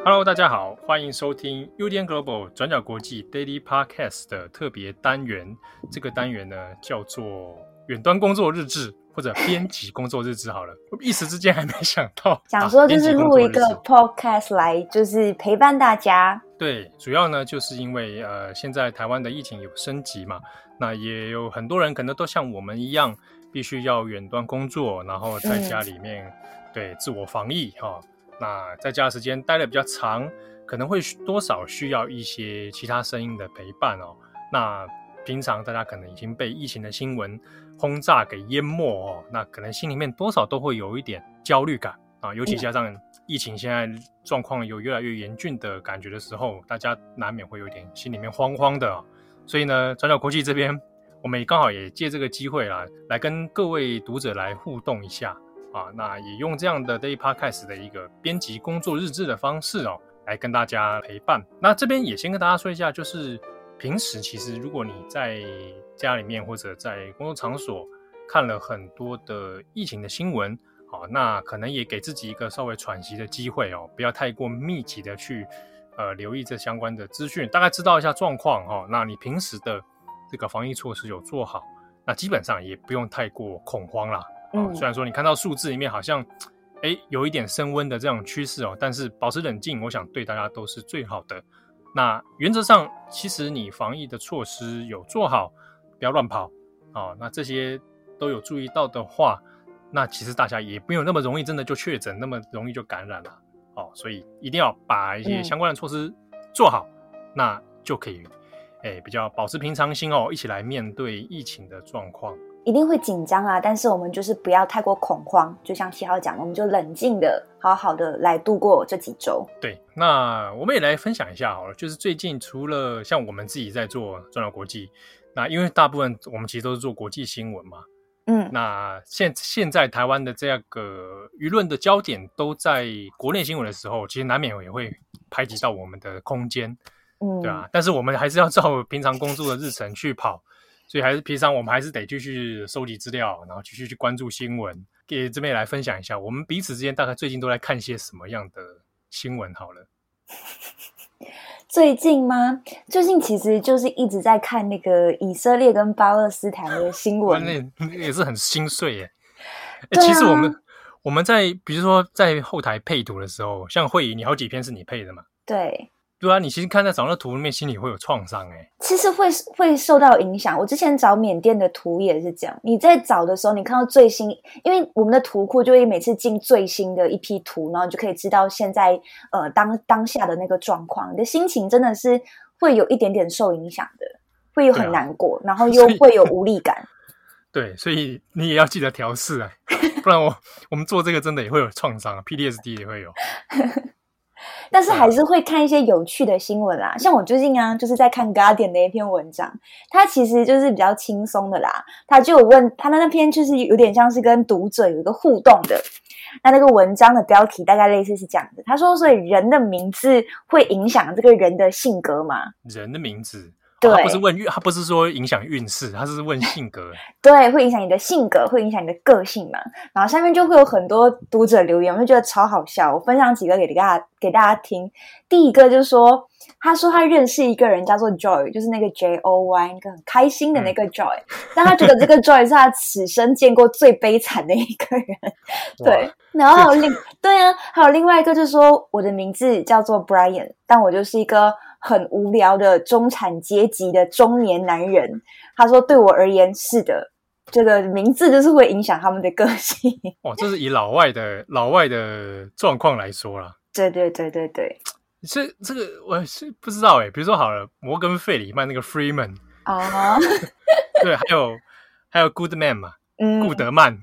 Hello， 大家好，欢迎收听 UDN Global 转角国际 Daily Podcast 的特别单元。这个单元呢叫做远端工作日志或者编辑工作日志好了，我一时之间还没想到， 想说就是录一个 podcast 来就是陪伴大家。 对，主要呢就是因为现在台湾的疫情有升级嘛，那也有很多人可能都像我们一样，必须要远端工作，然后在家里面、对自我防疫那在家的时间待得比较长，可能会多少需要一些其他声音的陪伴那平常大家可能已经被疫情的新闻轰炸给淹没那可能心里面多少都会有一点焦虑感尤其加上疫情现在状况有越来越严峻的感觉的时候，大家难免会有点心里面慌慌的所以呢，转角国际这边我们也刚好也借这个机会啦，来跟各位读者来互动一下那也用这样的 Daily Podcast 的一个编辑工作日志的方式来跟大家陪伴。那这边也先跟大家说一下，就是平时其实如果你在家里面或者在工作场所看了很多的疫情的新闻那可能也给自己一个稍微喘息的机会不要太过密集的去留意这相关的资讯，大概知道一下状况那你平时的这个防疫措施有做好，那基本上也不用太过恐慌啦虽然说你看到数字里面好像有一点升温的这种趋势但是保持冷静，我想对大家都是最好的。那原则上其实你防疫的措施有做好，不要乱跑那这些都有注意到的话，那其实大家也没有那么容易真的就确诊，那么容易就感染了所以一定要把一些相关的措施做好那就可以比较保持平常心一起来面对疫情的状况。 一定会紧张但是我们就是不要太过恐慌，就像7号讲，我们就冷静的好好的来度过这几周。 对，那我们也来分享一下好了，就是最近除了像我们自己在做转角国际，那因为大部分我们其实都是做国际新闻嘛那现在台湾的这个舆论的焦点都在国内新闻的时候，其实难免也会排挤到我们的空间对啊，但是我们还是要照平常工作的日程去跑，所以还是平常我们还是得继续收集资料，然后继续去关注新闻。给这边来分享一下，我们彼此之间大概最近都在看些什么样的新闻好了。 最近吗？最近其实就是一直在看那个以色列跟巴勒斯坦的新闻， 那也是很心碎耶。其实我们在比如说在后台配图的时候，像慧仪，你好几篇是你配的嘛？对啊，你其实看在找那图里面，心里会有创伤其实会受到影响。我之前找缅甸的图也是这样，你在找的时候，你看到最新，因为我们的图库就会每次进最新的一批图，然后你就可以知道现在当下的那个状况，你的心情真的是会有一点点受影响的，会有很难过，然后又会有无力感。 对，所以你也要记得调试不然我们做这个真的也会有创伤 ，PTSD 也会有。 但是还是会看一些有趣的新闻啦，像我最近就是在看 Guardian 的一篇文章，它其实就是比较轻松的啦，他就有问他那篇就是有点像是跟读者有一个互动的，那个文章的标题大概类似是这样的，他说所以人的名字会影响这个人的性格吗？ 人的名字对， 他不是说影响运势，他是问性格。 对，会影响你的性格，会影响你的个性嘛。然后下面就会有很多读者留言，我就觉得超好笑。我分享几个给大家听。第一个就是说，他说他认识一个人叫做 Joy， 就是那个 Joy， 那个很开心的那个 Joy， 但他觉得这个 Joy 是他此生见过最悲惨的一个人。对，然后还有另外一个就是说，我的名字叫做 Brian， 但我就是一个很无聊的中产阶级的中年男人。他说对我而言是的，这个名字就是会影响他们的个性。 这是以老外的状况来说啦。 对。 这个我是不知道比如说好了，摩根费里曼那个 Freeman 对，还有 Goodman 嘛顾德曼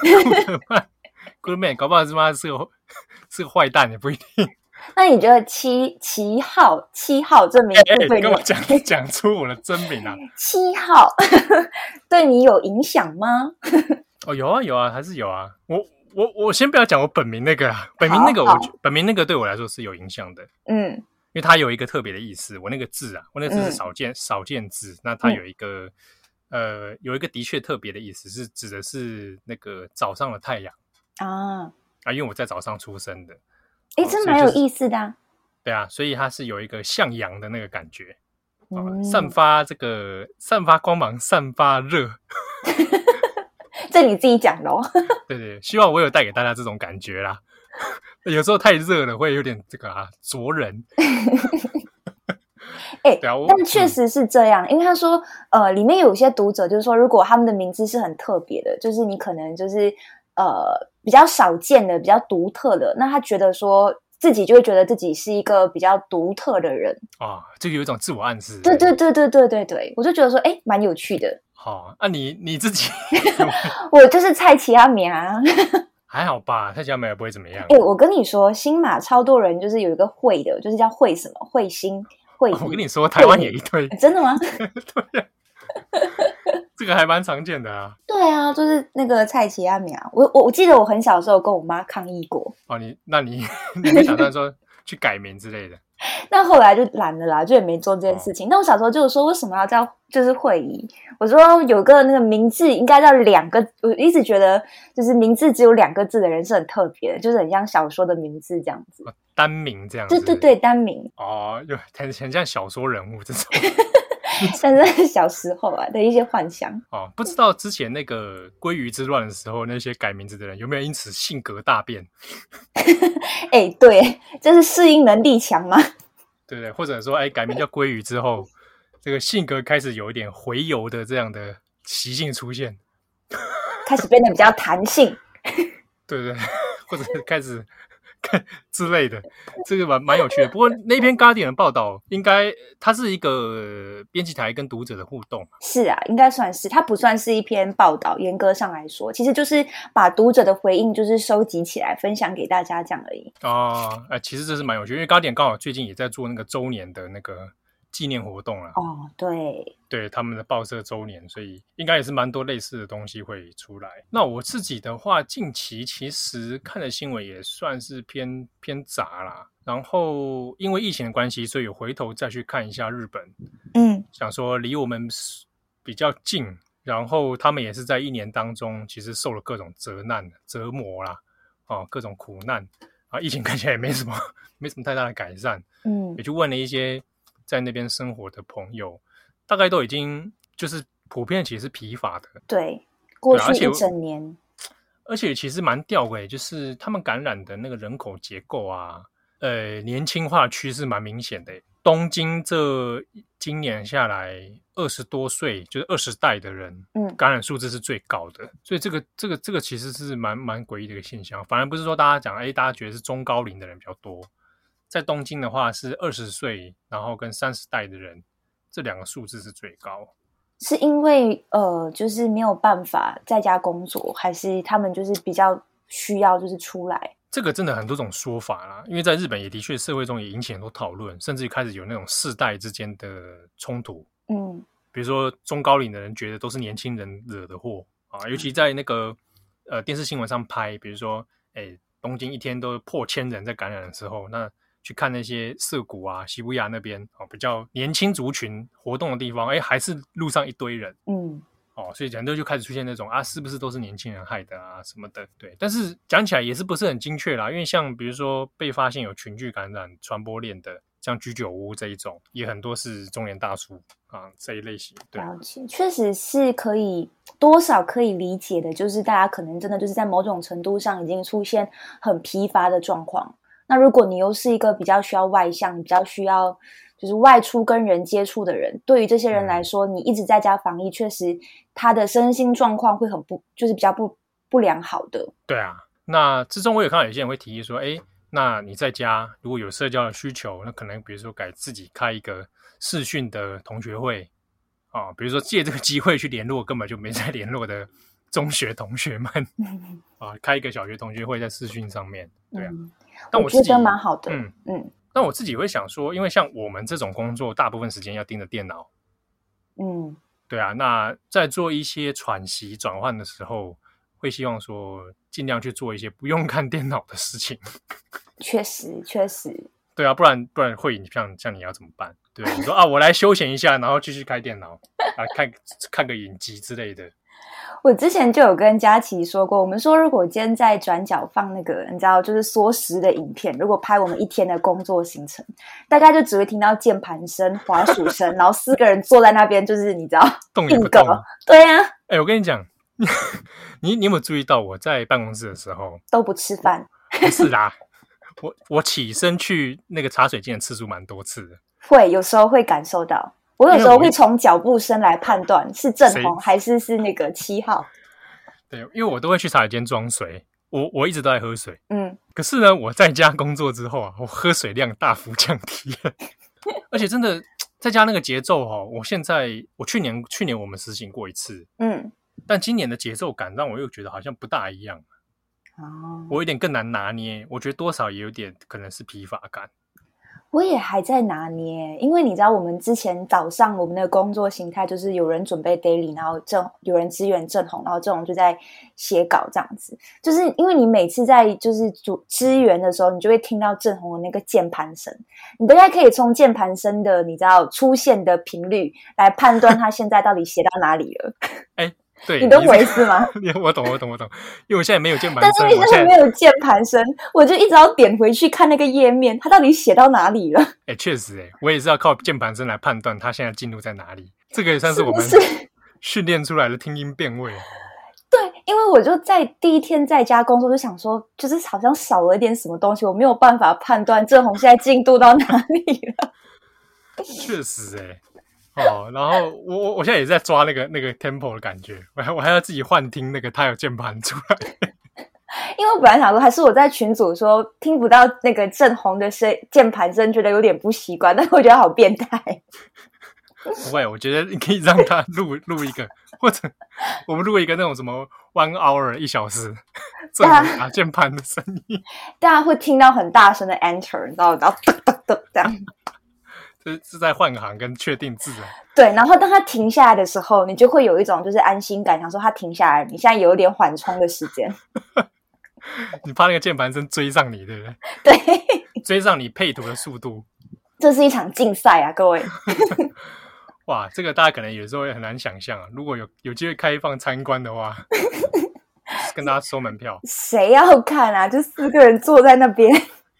Goodman 搞不好是个坏蛋也不一定。 那你觉得七号这名字对你干嘛讲出我的真名 7号对你有影响吗？ 有啊还是有啊。我先不要讲我本名那个本名那个对我来说是有影响的因为它有一个特别的意思，我那个字是少见字那它有一个的确特别的意思，是指的是那个早上的太阳因为我在早上出生的这蛮有意思的对啊，所以它是有一个向阳的那个感觉。散发光芒，散发热。 这你自己讲的哦。 对对，希望我有带给大家这种感觉啦。有时候太热了会有点这个灼人。对啊， 但确实是这样，因为他说里面有一些读者就是说，如果他们的名字是很特别的，就是你可能就是比较少见的、比较独特的，那他觉得说自己就会觉得自己是一个比较独特的人啊，这个有一种自我暗示。 对对对对对对对，我就觉得说蛮有趣的。 好啊，你自己我就是蔡奇阿米啊。 还好吧，蔡奇阿米也不会怎么样。 我跟你说，新马超多人就是有一个会的，就是叫会什么会心会、 我跟你说，台湾也一堆。 真的吗？ 对啊，这个还蛮常见的啊。 对啊，就是那个蔡奇阿米啊，我记得我很小的时候跟我妈抗议过。 你没打算说去改名之类的？ 但后来就懒了啦，就也没做这件事情。那我小时候就是说，为什么要叫就是会议？我说有个那个名字应该叫2个，我一直觉得就是名字只有2个字的人是很特别的，就是很像小说的名字这样子。 单名这样子。 对对对，单名。 就很像小说人物这种。 但是小时候的一些幻想。 不知道之前那个鲑鱼之乱的时候，那些改名字的人有没有因此性格大变？ 对，这是适应能力强吗？ 对对，或者说改名叫鲑鱼之后，这个性格开始有一点回游的这样的习性出现， 开始变得比较弹性。 对对，或者开始之类的，这个蛮有趣的。不过那篇 Guardian 的报道，应该它是一个编辑台跟读者的互动。 是啊，应该算是，它不算是一篇报道，严格上来说，其实就是把读者的回应就是收集起来分享给大家这样而已。 其实这是蛮有趣，因为 Guardian 刚好最近也在做那个周年的那个纪念活动啦。 对， 他们的报社周年，所以应该也是蛮多类似的东西会出来。那我自己的话，近期其实看的新闻也算是偏杂啦。然后因为疫情的关系，所以有回头再去看一下日本。想说离我们比较近，然后他们也是在1年当中，其实受了各种折磨啦，各种苦难啊，疫情看起来也没什么太大的改善。也去问了一些在那边生活的朋友，大概都已经就是普遍其实是疲乏的。 对，过去一整年， 而且其实蛮吊诡，就是他们感染的那个人口结构啊，年轻化趋势蛮明显的。东京今年下来20多岁，就是20代的人，感染数字是最高的。所以这个其实是蛮诡异的一个现象。反而不是说大家讲，大家觉得是中高龄的人比较多。在东京的话是20岁，然后跟30代的人，这2个数字是最高。 是因为就是没有办法在家工作，还是他们就是比较需要就是出来？ 这个真的很多种说法啦，因为在日本也的确社会中也引起很多讨论，甚至开始有那种世代之间的冲突。比如说中高龄的人觉得都是年轻人惹的祸尤其在那个电视新闻上拍，比如说东京一天都破1000人在感染的时候，那去看那些涩谷啊、西布亚那边比较年轻族群活动的地方，还是路上一堆人。所以很多就开始出现那种是不是都是年轻人害的什么的。对，但是讲起来也是不是很精确啦，因为像比如说被发现有群聚感染传播链的，像居酒屋这一种，也很多是中年大叔这一类型。对， 了解，确实是多少可以理解的，就是大家可能真的就是在某种程度上已经出现很疲乏的状况。那如果你又是一个比较需要外向、比较需要就是外出跟人接触的人，对于这些人来说，你一直在家防疫，确实他的身心状况会就是比较不良好的。 对啊，那之中我有看到有些人会提议说，那你在家如果有社交的需求，那可能比如说自己开一个视讯的同学会比如说借这个机会去联络根本就没在联络的中学同学们开一个小学同学会在视讯上面。对啊，但我觉得蛮好的。 但我自己会想说，因为像我们这种工作大部分时间要盯着电脑，对啊，那在做一些喘息转换的时候，会希望说尽量去做一些不用看电脑的事情。 确实对啊，不然会像你要怎么办？对，你说我来休闲一下，然后继续开电脑看个影集之类的。 我之前就有跟佳琪说过，我们说如果今天在转角放那个你知道就是缩时的影片，如果拍我们一天的工作行程，大概就只会听到键盘声、滑鼠声，然后4个人坐在那边，就是你知道动也不动。 对啊。 我跟你讲，你有没有注意到我在办公室的时候都不吃饭？ 不是啦，我起身去那个茶水间的次数蛮多次的。 会有时候会感受到，我有时候会从脚步声来判断是正红还是那个7号。 对，因为我都会去茶水间装水，我一直都在喝水。可是呢，我在家工作之后啊，我喝水量大幅降低了，而且真的在家那个节奏我去年我们实行过一次，但今年的节奏感让我又觉得好像不大一样。我有点更难拿捏，我觉得多少也有点可能是疲乏感。 我也还在拿捏，因为你知道我们之前早上我们的工作形态就是有人准备 daily， 然后有人支援正红，然后正红就在写稿这样子。就是因为你每次在就是支援的时候，你就会听到正红的那个键盘声，你大概可以从键盘声的你知道出现的频率来判断他现在到底写到哪里了。 对， 你懂我意思吗？ 我懂，因为我现在没有键盘声， 但是因为没有键盘声，我就一直要点回去看那个页面，它到底写到哪里了。 确实我也是要靠键盘声来判断它现在进度在哪里。这个也算是我们训练出来的听音辨位。 对，因为我就在第一天在家工作，就想说，就是好像少了一点什么东西，我没有办法判断正红现在进度到哪里了。 确实然后我现在也在抓那个 tempo 的感觉，我还要自己幻听那个他有键盘出来。 因为我本来想说，还是我在群组说听不到那个正红的键盘声，觉得有点不习惯，但是我觉得好变态。 不会，我觉得你可以让他录一个，或者我们录一个那种什么 1 hour 1小时正红打键盘的声音， 大家会听到很大声的 enter， 然后噔噔噔这样。 是在换行跟确定字对，然后当他停下来的时候，你就会有一种就是安心感，想说他停下来，你现在有点缓冲的时间。 你怕那个键盘声追上你，对不对？ 对， 追上你配图的速度。 这是一场竞赛啊，各位。 哇，这个大家可能有时候也很难想象啊。如果有机会开放参观的话，跟大家收门票。 谁要看啊？就4个人坐在那边。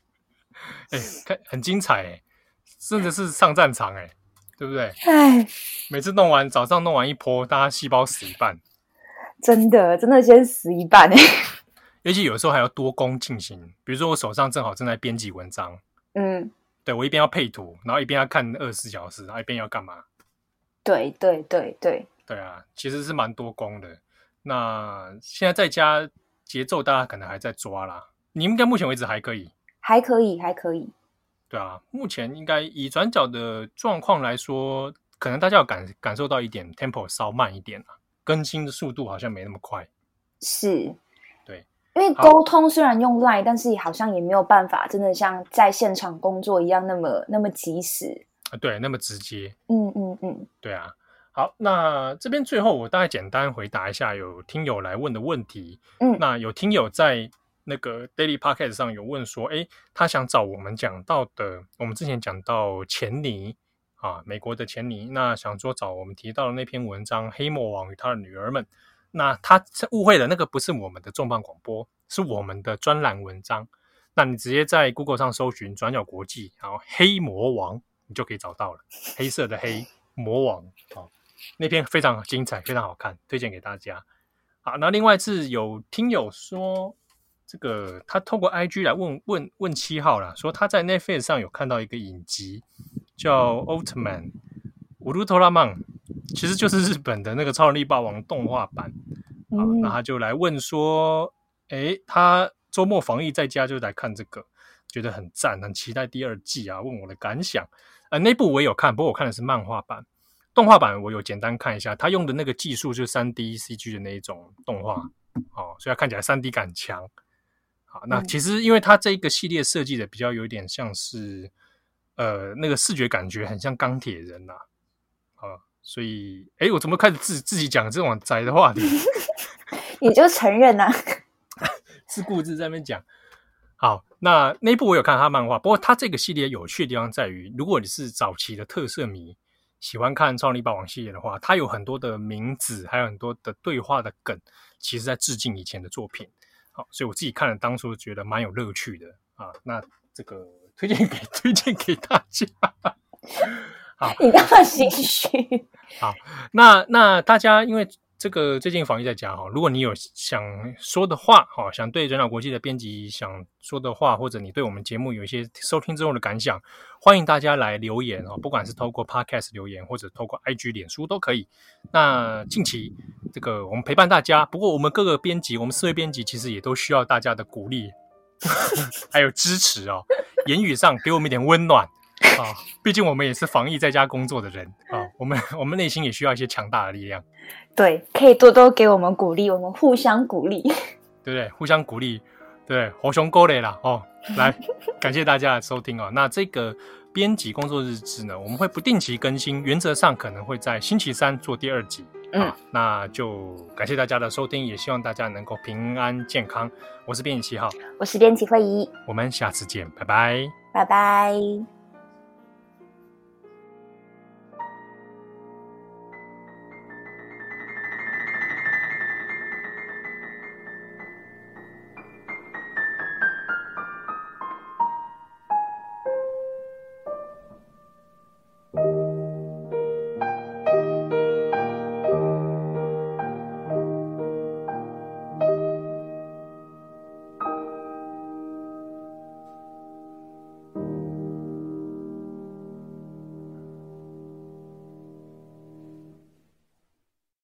很精彩甚至是上战场对不对？每次早上弄完一波，大家细胞死一半。真的先死一半尤其有时候还要多工进行，比如说我手上正好正在编辑文章，对，我一边要配图，然后一边要看24小时，然后一边要干嘛？ 对啊，其实是蛮多工的。那现在在家节奏大家可能还在抓啦，你应该目前为止还可以。对啊，目前应该以转角的状况来说，可能大家有感受到一点 tempo 稍慢一点更新的速度好像没那么快。 是， 对， 因为沟通虽然用 LINE， 但是好像也没有办法真的像在现场工作一样那么及时。 对，那么直接。对啊。好，那这边最后我大概简单回答一下有听友来问的问题。那有听友在那个 Daily Podcast 上有问说，他想找我们讲到的，我们之前讲到钱尼美国的钱尼，那想说找我们提到的那篇文章《黑魔王与他的女儿们》，那他误会了，那个不是我们的重磅广播，是我们的专栏文章。那你直接在 Google 上搜寻转角国际，然后黑魔王，你就可以找到了，黑色的黑魔王那篇非常精彩，非常好看，推荐给大家。好，那另外是有听友说，这个他透过 IG 来问7号啦，说他在 Netflix 上有看到一个影集叫奥特曼乌鲁特拉曼，其实就是日本的那个超能力霸王动画版。那他就来问说，他周末防疫在家就来看这个，觉得很赞，很期待第2季啊，问我的感想。那部我也有看，不过我看的是漫画版。动画版我有简单看一下，他用的那个技术就是 3D CG 的那一种动画所以它看起来 3D 感强。好，那其实因为它这个系列设计的比较有点像是那个视觉感觉很像钢铁人所以我怎么开始自己讲这种宅的话题？ 你就承认自顾自在那边讲。好，那部我有看他漫画，不过他这个系列有趣的地方在于，如果你是早期的特摄迷， 喜欢看超能力霸王系列的话，它有很多的名字，还有很多的对话的梗，其实在致敬以前的作品。好，所以我自己看了当初觉得蛮有乐趣的啊。那这个推荐给大家。好， 你干嘛心虚？ 好，那大家因为这个最近防疫在家哈，如果你有想说的话哈，想对人脑国际的编辑想说的话，或者你对我们节目有一些收听之后的感想，欢迎大家来留言哦，不管是透过 Podcast 留言或者透过 IG 脸书都可以。那近期这个我们陪伴大家，不过我们各个编辑，我们4位编辑其实也都需要大家的鼓励还有支持哦，言语上给我们一点温暖啊，毕竟我们也是防疫在家工作的人啊，我们内心也需要一些强大的力量。 对，可以多多给我们鼓励，我们互相鼓励， 对不对？互相鼓励，对，猴熊沟雷啦哦，来，感谢大家的收听哦。那这个编辑工作日志呢，我们会不定期更新，原则上可能会在星期3做第2集。那就感谢大家的收听，也希望大家能够平安健康。我是编辑7号， 我是编辑慧仪， 我们下次见，拜拜， 拜拜。